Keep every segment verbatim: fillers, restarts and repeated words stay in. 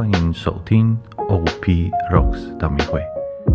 欢迎收听 O P Rocks 道明会。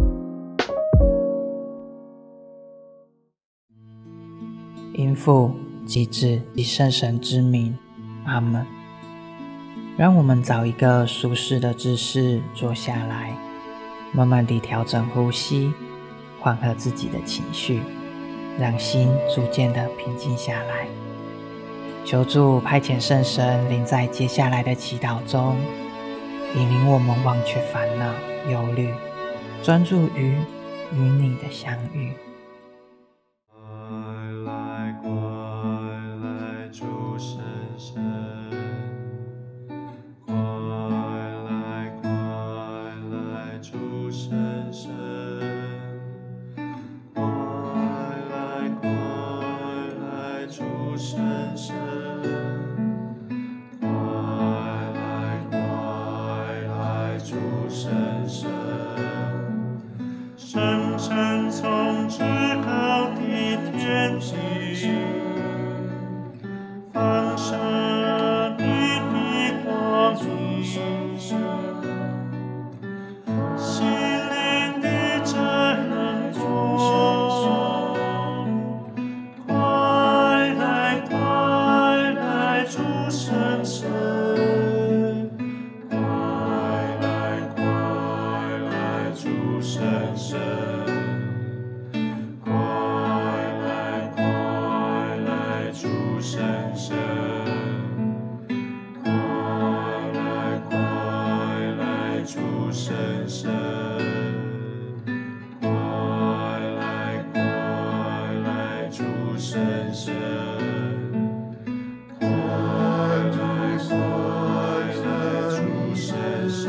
因父及子及圣神之名，阿们。让我们找一个舒适的姿势坐下来，慢慢地调整呼吸，缓和自己的情绪，让心逐渐地平静下来。求主派遣圣神临在接下来的祈祷中，引领我们忘却烦恼忧虑，专注于与你的相遇。 快来快来主圣神，快来快来主圣神，快来快来主圣神，快来快来主圣神。圣神从至高的天际放射你的光明，心灵的真光，快来快来主圣神，快来快来主圣神，快来快来主圣神，快来快来主圣神，快来快来主圣神，快来快来主圣神。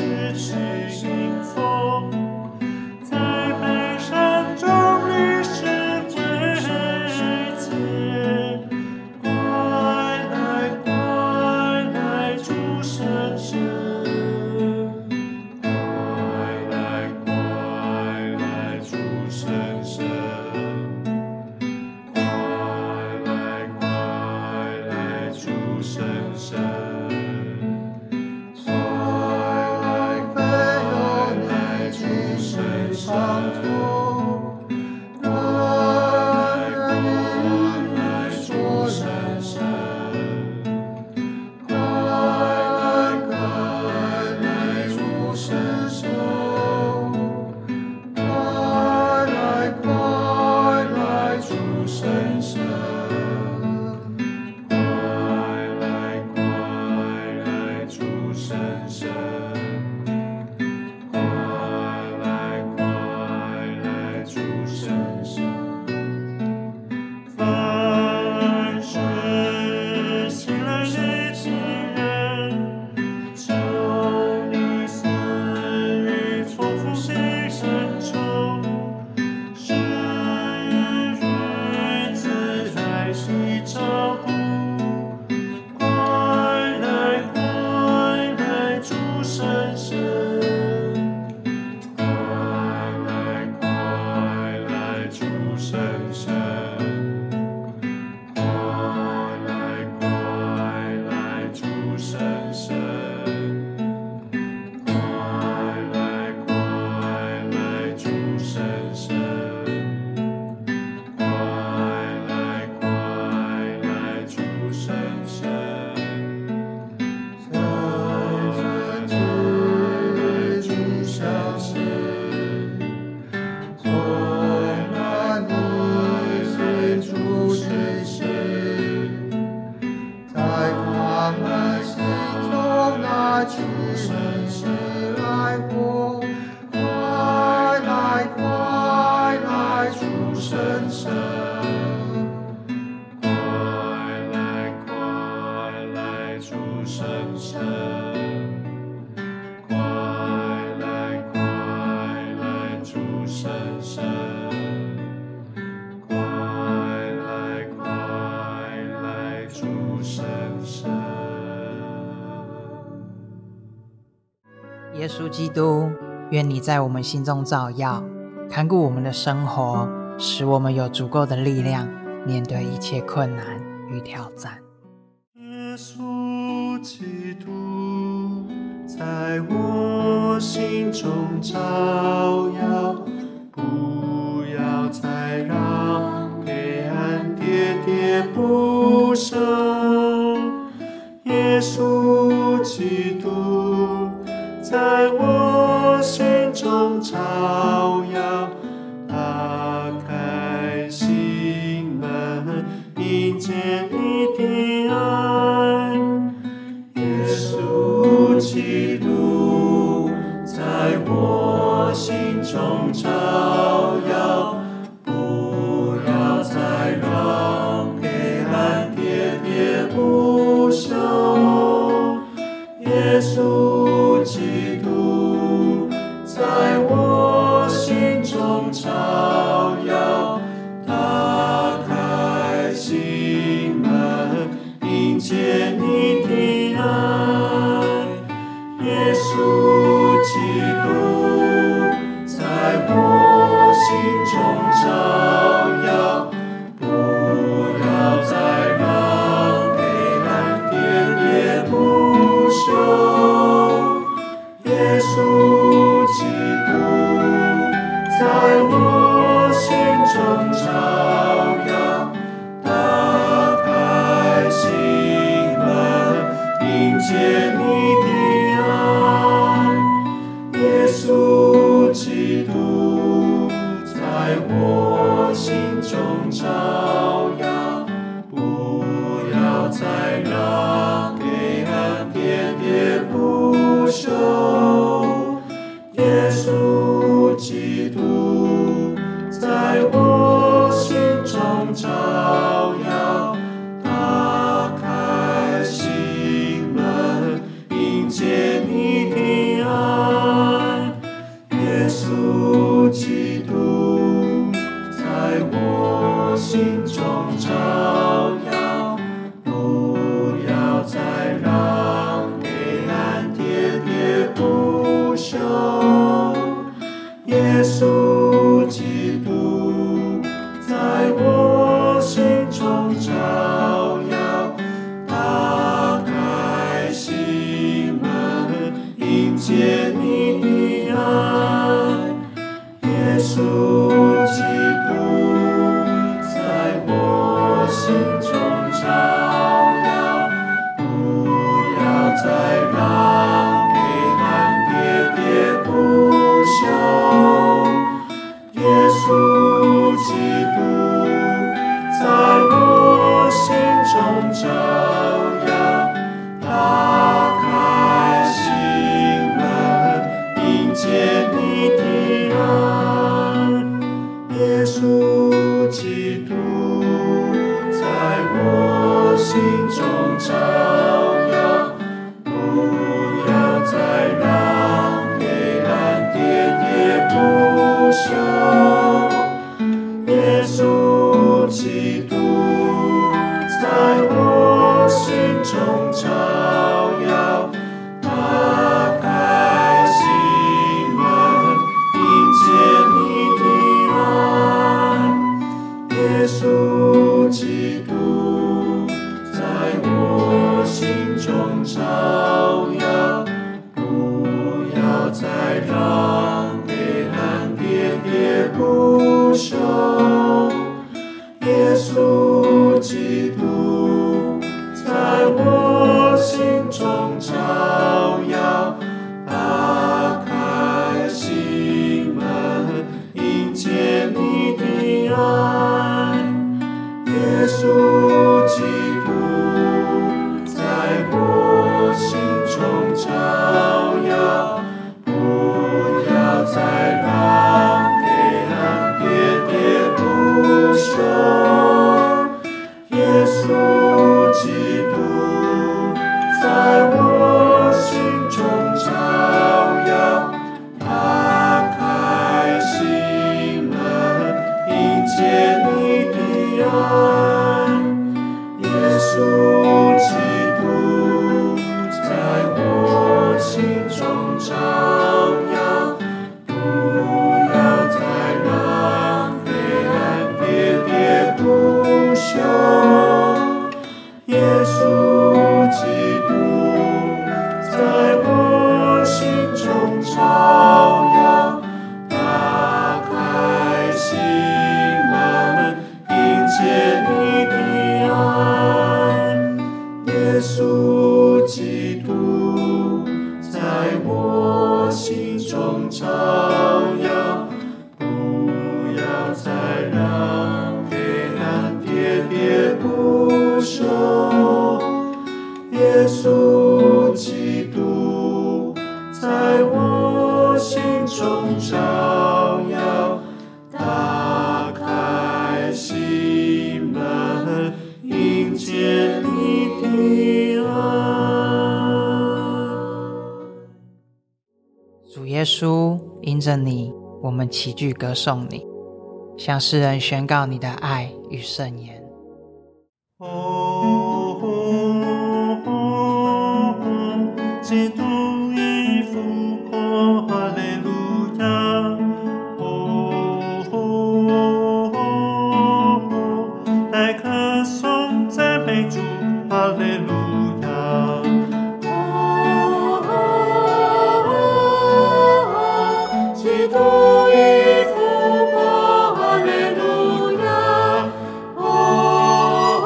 在悲伤中历史耶稣基督，愿你在我们心中照耀，看顾我们的生活，使我们有足够的力量面对一切困难与挑战。 耶稣基督在我心中照耀，不要再让黑暗喋喋不休。耶稣基督在我心中照耀，打开心门，迎接你的爱。耶稣基督在我心中照耀，不要再让黑暗喋喋不休。耶稣基督在我心中照耀，打开心门，迎接你的爱。耶稣基督在我心中照耀，不要再让黑暗喋喋不休。耶稣基督在我心中照耀，打开心门，迎接你的爱。耶稣基督在我心中照耀，不要再让黑暗喋喋不休。耶稣基督在我心中照耀，打开心门，迎接你的爱。耶稣基督在我心中照耀，不要再让黑暗喋喋不休。耶稣基督在我心中照耀，打开心门，迎接你的爱。耶稣基督在我心中照耀，不要再让黑暗喋喋不休。耶稣基督在我心中照耀，打开心门，迎接你的爱。耶稣基督在我心中照耀，不要再让黑暗喋喋不休。耶稣基督在我心中照耀，打开心门，迎接你的爱。耶稣基督在我心中照耀，不要再让黑暗喋喋不休。耶稣基督在我心中照耀，打开心门，迎接你的爱。耶稣基督在我心中照耀，不要再让黑暗喋喋不休。耶稣基督在我心中照耀，打开心门，迎接你的爱。耶稣基督在我心中照耀，不要再让黑暗喋喋不休。耶稣基督在我心中照耀，打开心门，迎接你的爱。耶稣基督在我心中照耀，不要再让黑暗喋喋不休。耶稣基督在我心中照耀，打开心门，迎接你的爱。 主耶稣，因着你，我们齐聚歌颂你，向世人宣告你的爱与圣言。 基督已复活，哈利路亚！哦，来歌颂赞美主，哈利路亚！哦，基督已复活，哈利路亚！哦，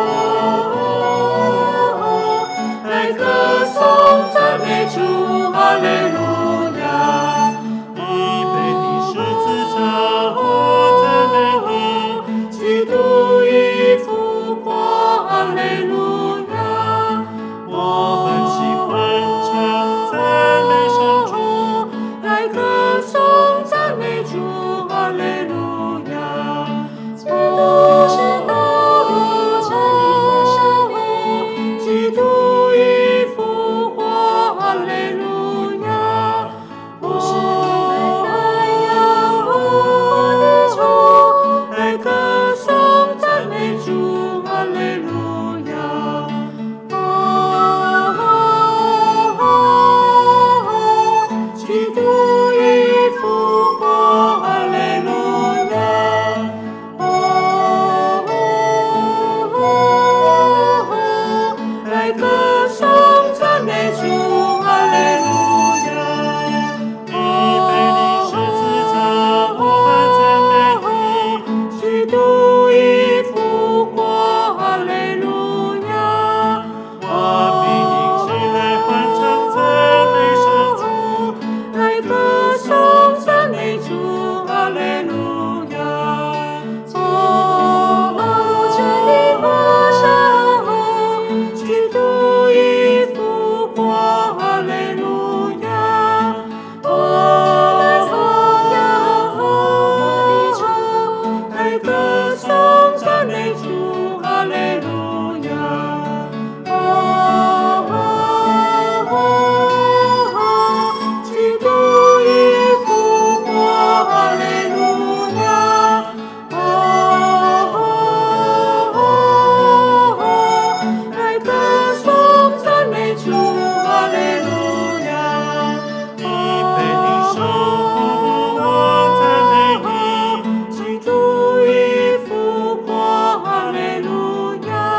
来歌颂赞美主，哈利路亚！你被你十字架，赞美你，基督已复活，哈利路亚！我们喜欢唱赞美圣主，来歌颂赞美主，哈利路亚！基督是道路，真理和生命，基督已复活，哈利路亚！我是来赞扬复活的主，来歌颂赞美主，哈利路亚！哦，基督已复活，哈利路亚！哦，来歌颂赞美主，哈利路亚！你被你十字架，我们赞美你，基督已复活，哈利路亚！我必迎起来欢唱赞美圣主，来歌颂赞美主，哈利路亚！哦，真理和生命，基督已复活，哈利路亚！哦，来颂扬复活的主，来歌颂赞美主，哈利路亚！哦，基督已复活，哈利路亚！哦，来歌颂赞美主，哈利路亚！你被你受苦，我赞美你，基督已复活，哈利路亚！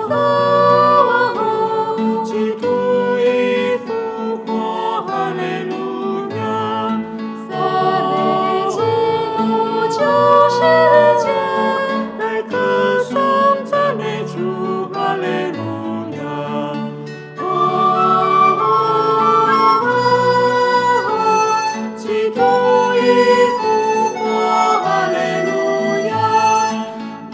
基督已复活，哈利路亚！ 赞美基督救世界， 来歌颂赞美主，哈利路亚！基督已复活，哈利路亚！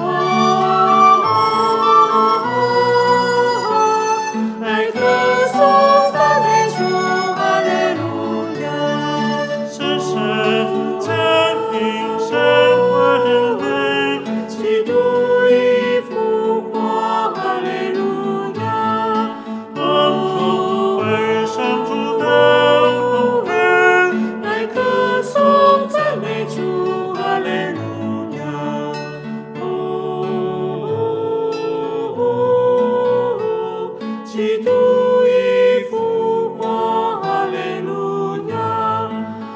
来歌颂赞美主，哈利路亚！世世真凭神和人类，基督已复活，哈利路亚！光荣归神主的恩典，来歌颂赞美主，哈利路亚！基督已复活，哈利路亚！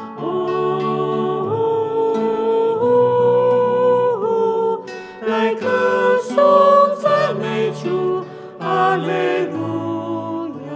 来歌颂赞美主，哈利路亚！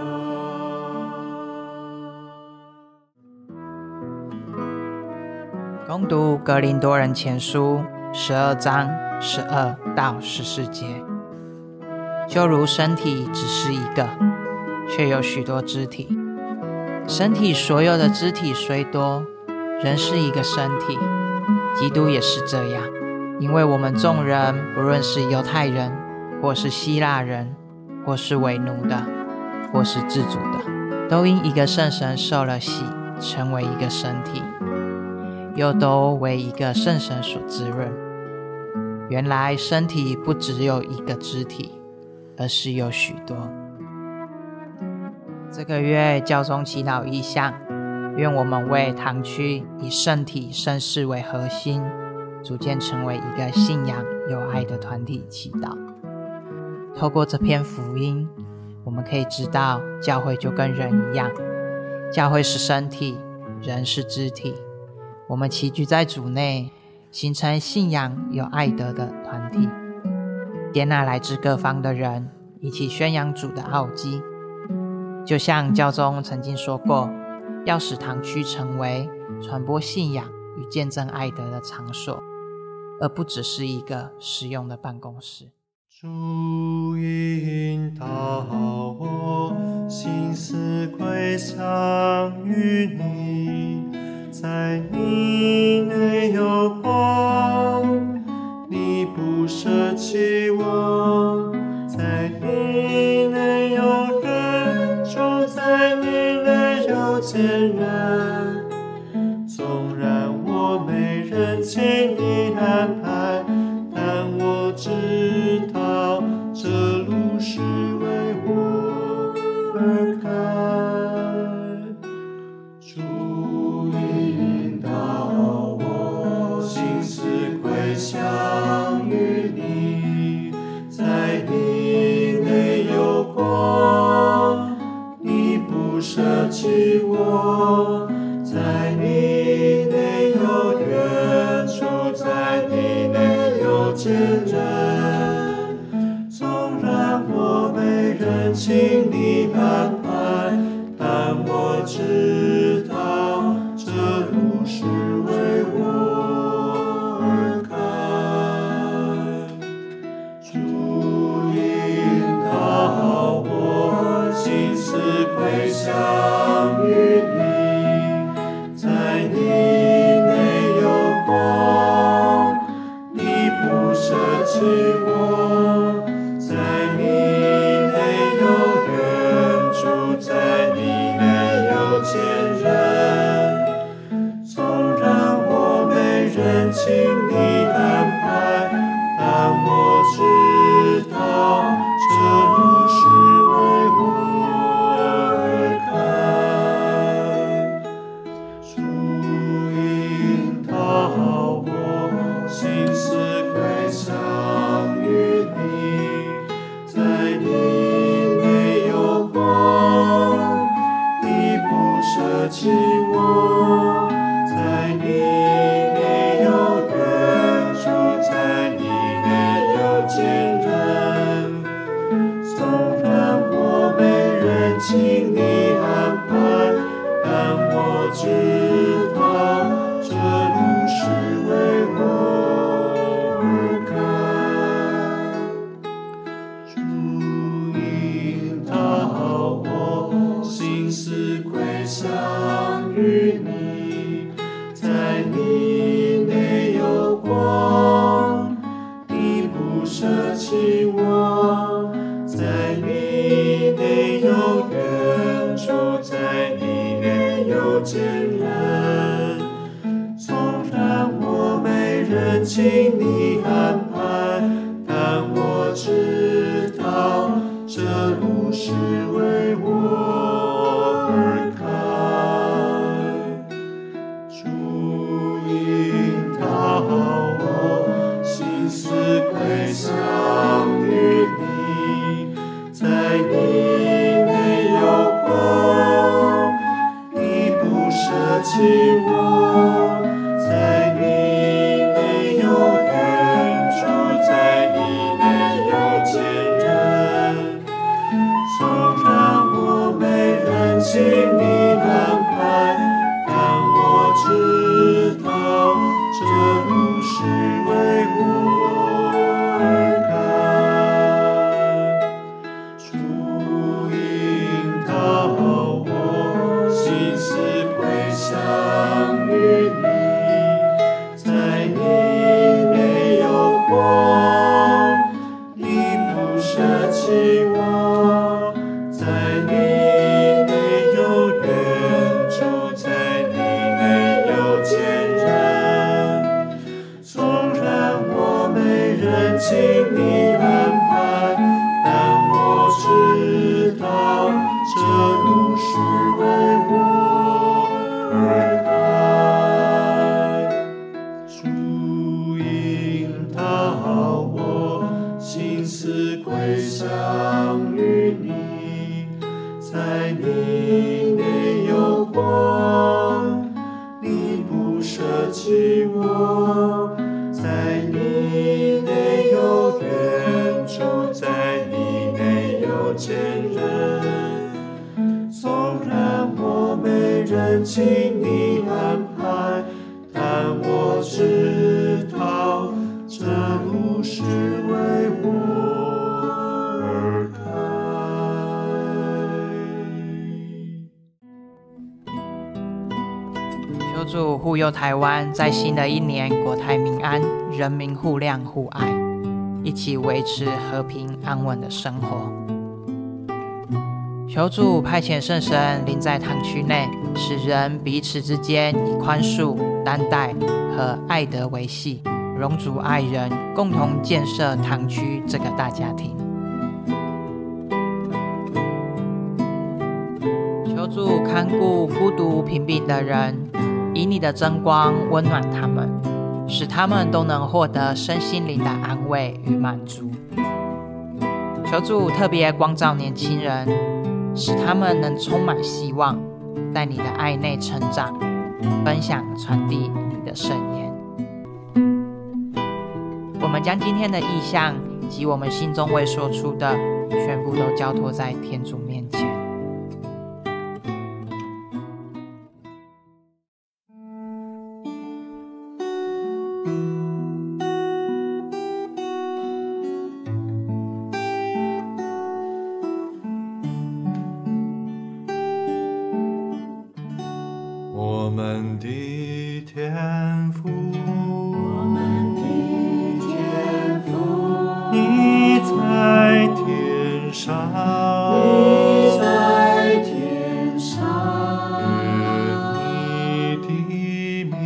攻读格林多人前书十二章十二到十四节。就如身体只是一个，却有许多肢体，身体所有的肢体虽多，仍是一个身体。基督也是这样，因为我们众人，不论是犹太人，或是希腊人，或是为奴的，或是自主的，都因一个圣神受了洗，成为一个身体，又都为一个圣神所滋润。原来身体不只有一个肢体，而是有许多。这个月教宗祈祷意向，愿我们为堂区以圣体圣事为核心，逐渐成为一个信仰有爱的团体祈祷。透过这篇福音，我们可以知道教会就跟人一样，教会是身体，人是肢体，我们齐聚在主内，形成信仰有爱德的团体，接纳来自各方的人，一起宣扬主的奥迹。就像教宗曾经说过，要使堂区成为传播信仰与见证爱德的场所，而不只是一个实用的办公室。 主引导我，心思归向于你，在你内有光，你不舍弃我，在你内有人，住在你内有坚韧。纵然我没人请你安排，但我知道这路是为我而开。主引导我，心思归向于你，在你内有光，你不舍弃我，在你内有援助，在你内有坚韧。纵然我没人请你安排，但我知道这路是为我而开。主引导我，心思归向于你，在你内有光，你不舍弃我，在你内有援助， 我知道这路是为我而开。主引导我心思归向于你，在你内有光，你不舍弃我，在你内有援助，在你内有坚韧。纵然我没人请你安排，但我知道这路是为我而开。主引导我心思归向于你，在你内有光，你不舍弃我，在你内有援助，在你内有坚韧。纵然我没人请你安排，但我知道这路是为我而开。主引导我心思归向于你，在你内有光，你不舍弃我，在你内有援助，在你内有坚韧。纵然我没人请你安排，但我知道这路是为我而开。主引导我心思归向于你，在你内有光，你不舍弃我，在你内有援助，在你内有坚韧。纵然我没人请你安排，但我知道这路是为我而开。 求主护佑台湾，在新的一年国泰民安，人民互谅互爱，一起维持和平安稳的生活。求主派遣圣神临在堂区内，使人彼此之间以宽恕、担待和爱德维系，荣主爱人，共同建设堂区这个大家庭。求主看顾孤独贫病的人，以你的真光温暖他们，使他们都能获得身心灵的安慰与满足。求主特别光照年轻人，使他们能充满希望，在你的爱内成长，分享传递你的圣言。我们将今天的意象及我们心中未说出的，全部都交托在天主面前。 我们的天父， 我们的天父， 你在天上， 你在天上， 愿你的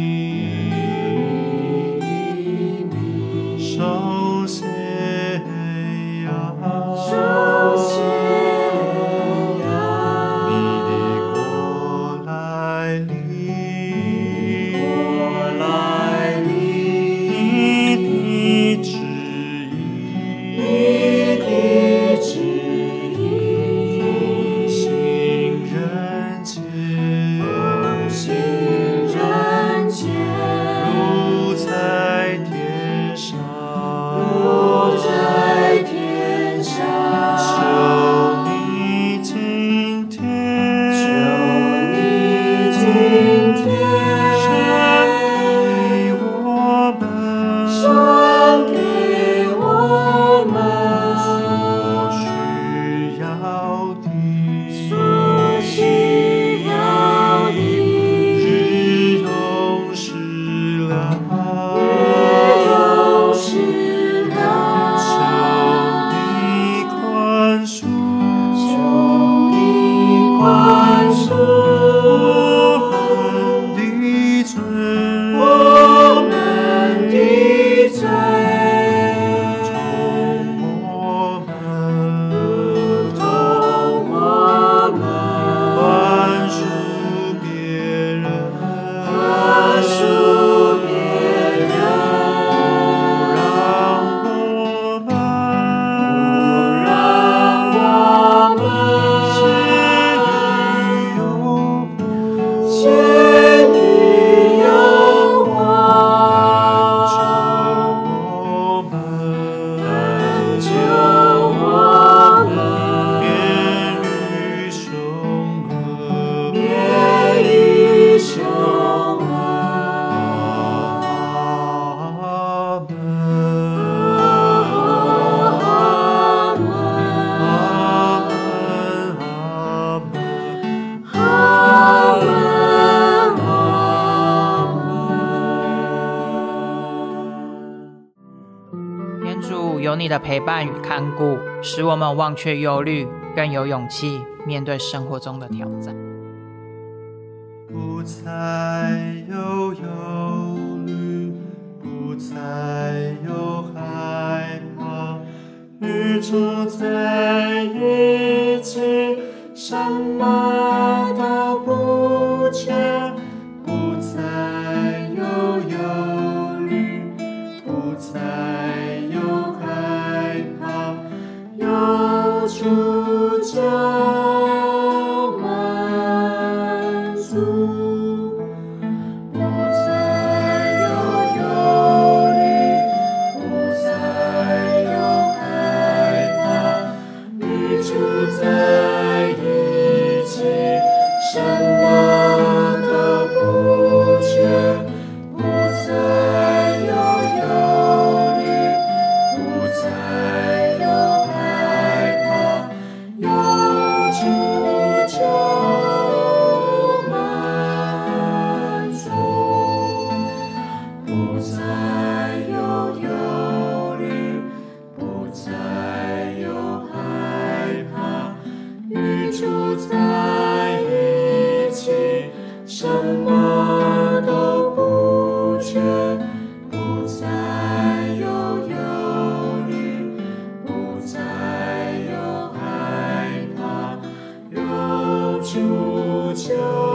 名受谢呀， 受谢呀， 你的国来临， 国来临， 你的旨意， 你的旨意的陪伴与看顾，使我们忘却忧虑，更有勇气面对生活中的挑战。 不再有忧虑，不再有害怕，与主在一起，什么都不缺。不再有忧虑，不再有害怕，有主就满足。不再有忧虑，不再有害怕，与主在一起，什么都不缺。不再有忧虑，不再有害怕，有主就满足。不再有忧虑，不再有害怕，与主在一起，什么都不缺。不再有忧虑，不再有害怕，有主就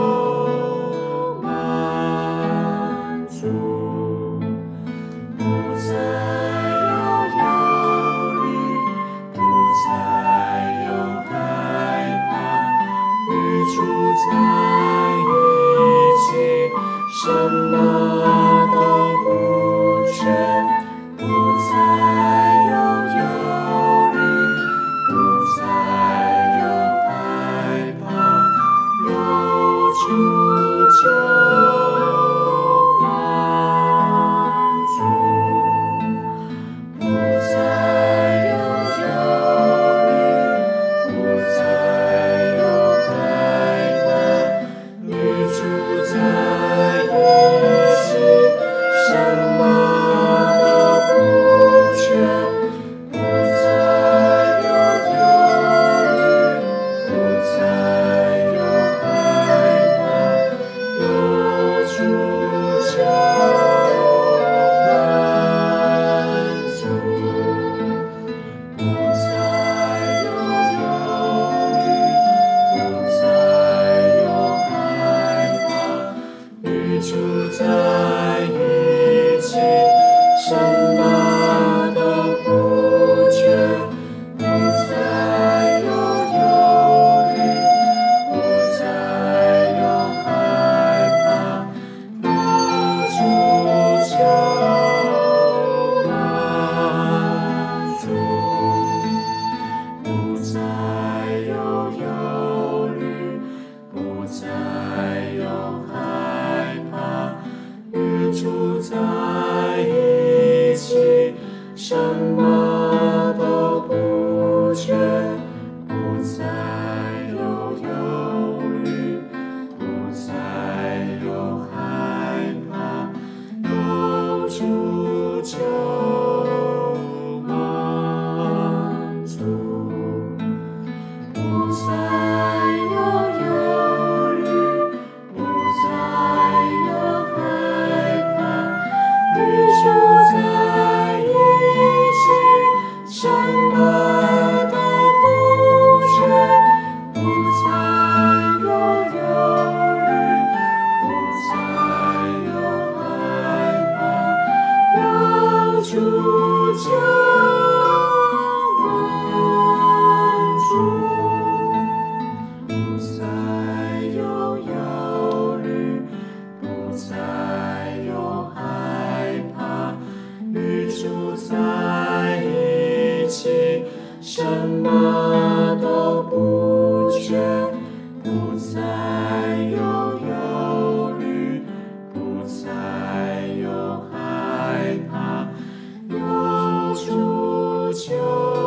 满足。不再有忧虑，不再有害怕，与主在一起，什么都不缺。不再有忧虑，不再有害怕，有主就满足。不再有忧虑，不再有害怕，与主在一起，什么都不缺。不再有忧虑，不再有害怕，有主就满足。不再有忧虑，不再有害怕，与主在一起，什么都不缺。不再有忧虑，不再有害怕，有主就满足。不再有忧虑，不再有害怕，与主在一起，什么都不缺。不再有忧虑，不再有害怕，有主就满足。不再有忧虑，不再有害怕，与主在一起，什么都不缺。不再有忧虑，不再有害怕，有主就满足。不再有忧虑，不再有害怕，与主在一起，什么都不缺。不再有忧虑，不再有害怕，有主就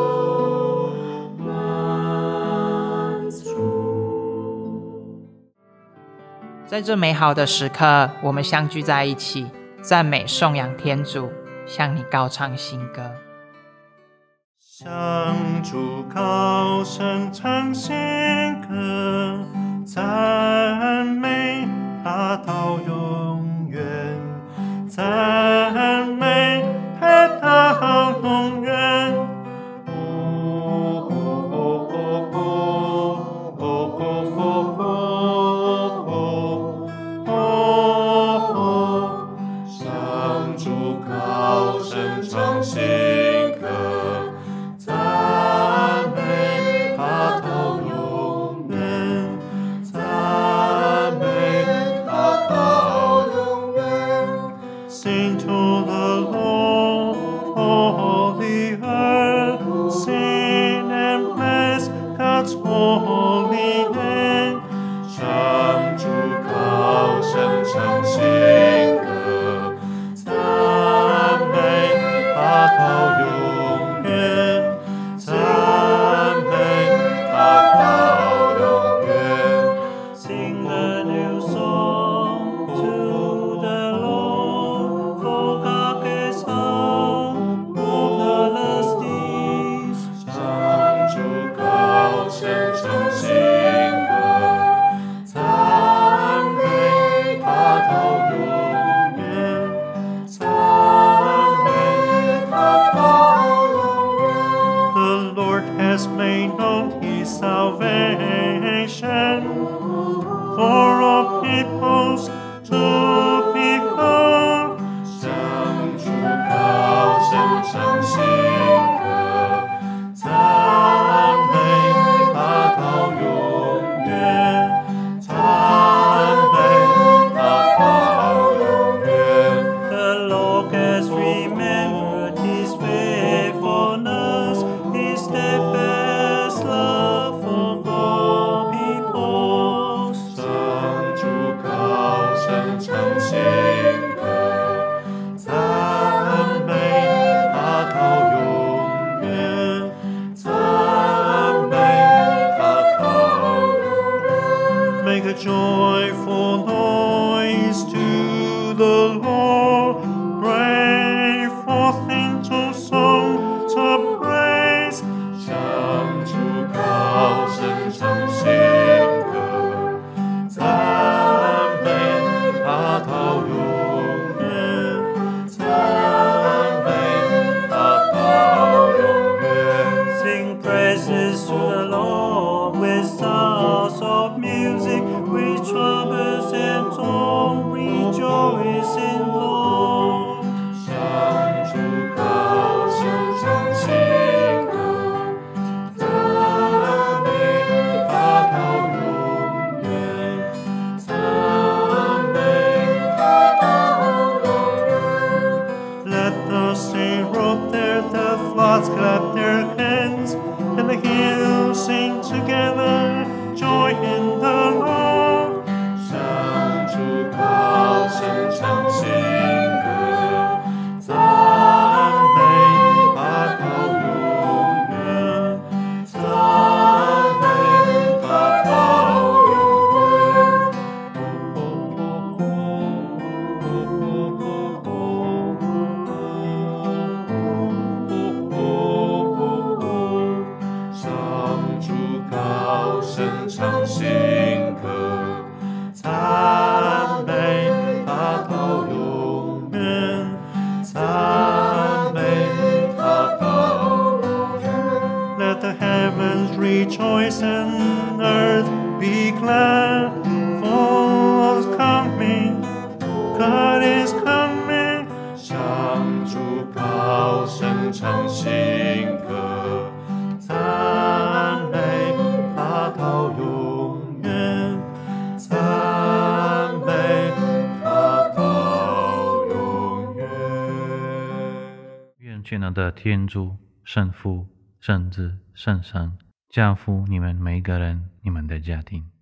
满足。 在这美好的时刻，我们相聚在一起，赞美颂扬天主，向你高唱新歌。 向主高声唱新歌，赞美他到永远，赞美他到永远。哦哦哦哦哦哦哦哦，向主高声唱新歌。赞美他到永远，赞美他到永远。Sing to the Lord, all the earth, sing and bless God's holy name. 向主高声唱新歌，赞美他到永远。Sing a new song to the Lord, for God is home over the seas. 向主高声唱新歌，赞美他到永远，赞美他到永远。The Lord has made known His salvation for all peoples to behold. 向主高声唱新歌，赞美他到永远，赞美他到永远。The Lord has remembered His faithfulness, His steadfast love for all peoples. 向主高声唱新歌，赞美他到永远，赞美他到永远。Make a joyful noise to the Lord, bring forth into songs of praise. 向主高声唱新歌，赞美他到永远，赞美他到永远。Sing praises to the Lord with sounds of music, with trumpets and tongues, rejoice in Lord. 向主高声唱新歌，赞美他到永远，赞美他到永远。Let the sea roll there, the floods clap their hands, and the hills sing together, joy in the Lord. 向主高声唱新歌，赞美他到永远，赞美他到永远。向主高声唱新歌，赞美他到永远，赞美他到永远。Let the heavens rejoice and earth be glad, for God's coming, God is coming. 向主高声唱新歌，赞美他到永远，赞美他到永远。 愿全能的天主、圣父、圣子、圣神加福你们每一个人、你们的家庭。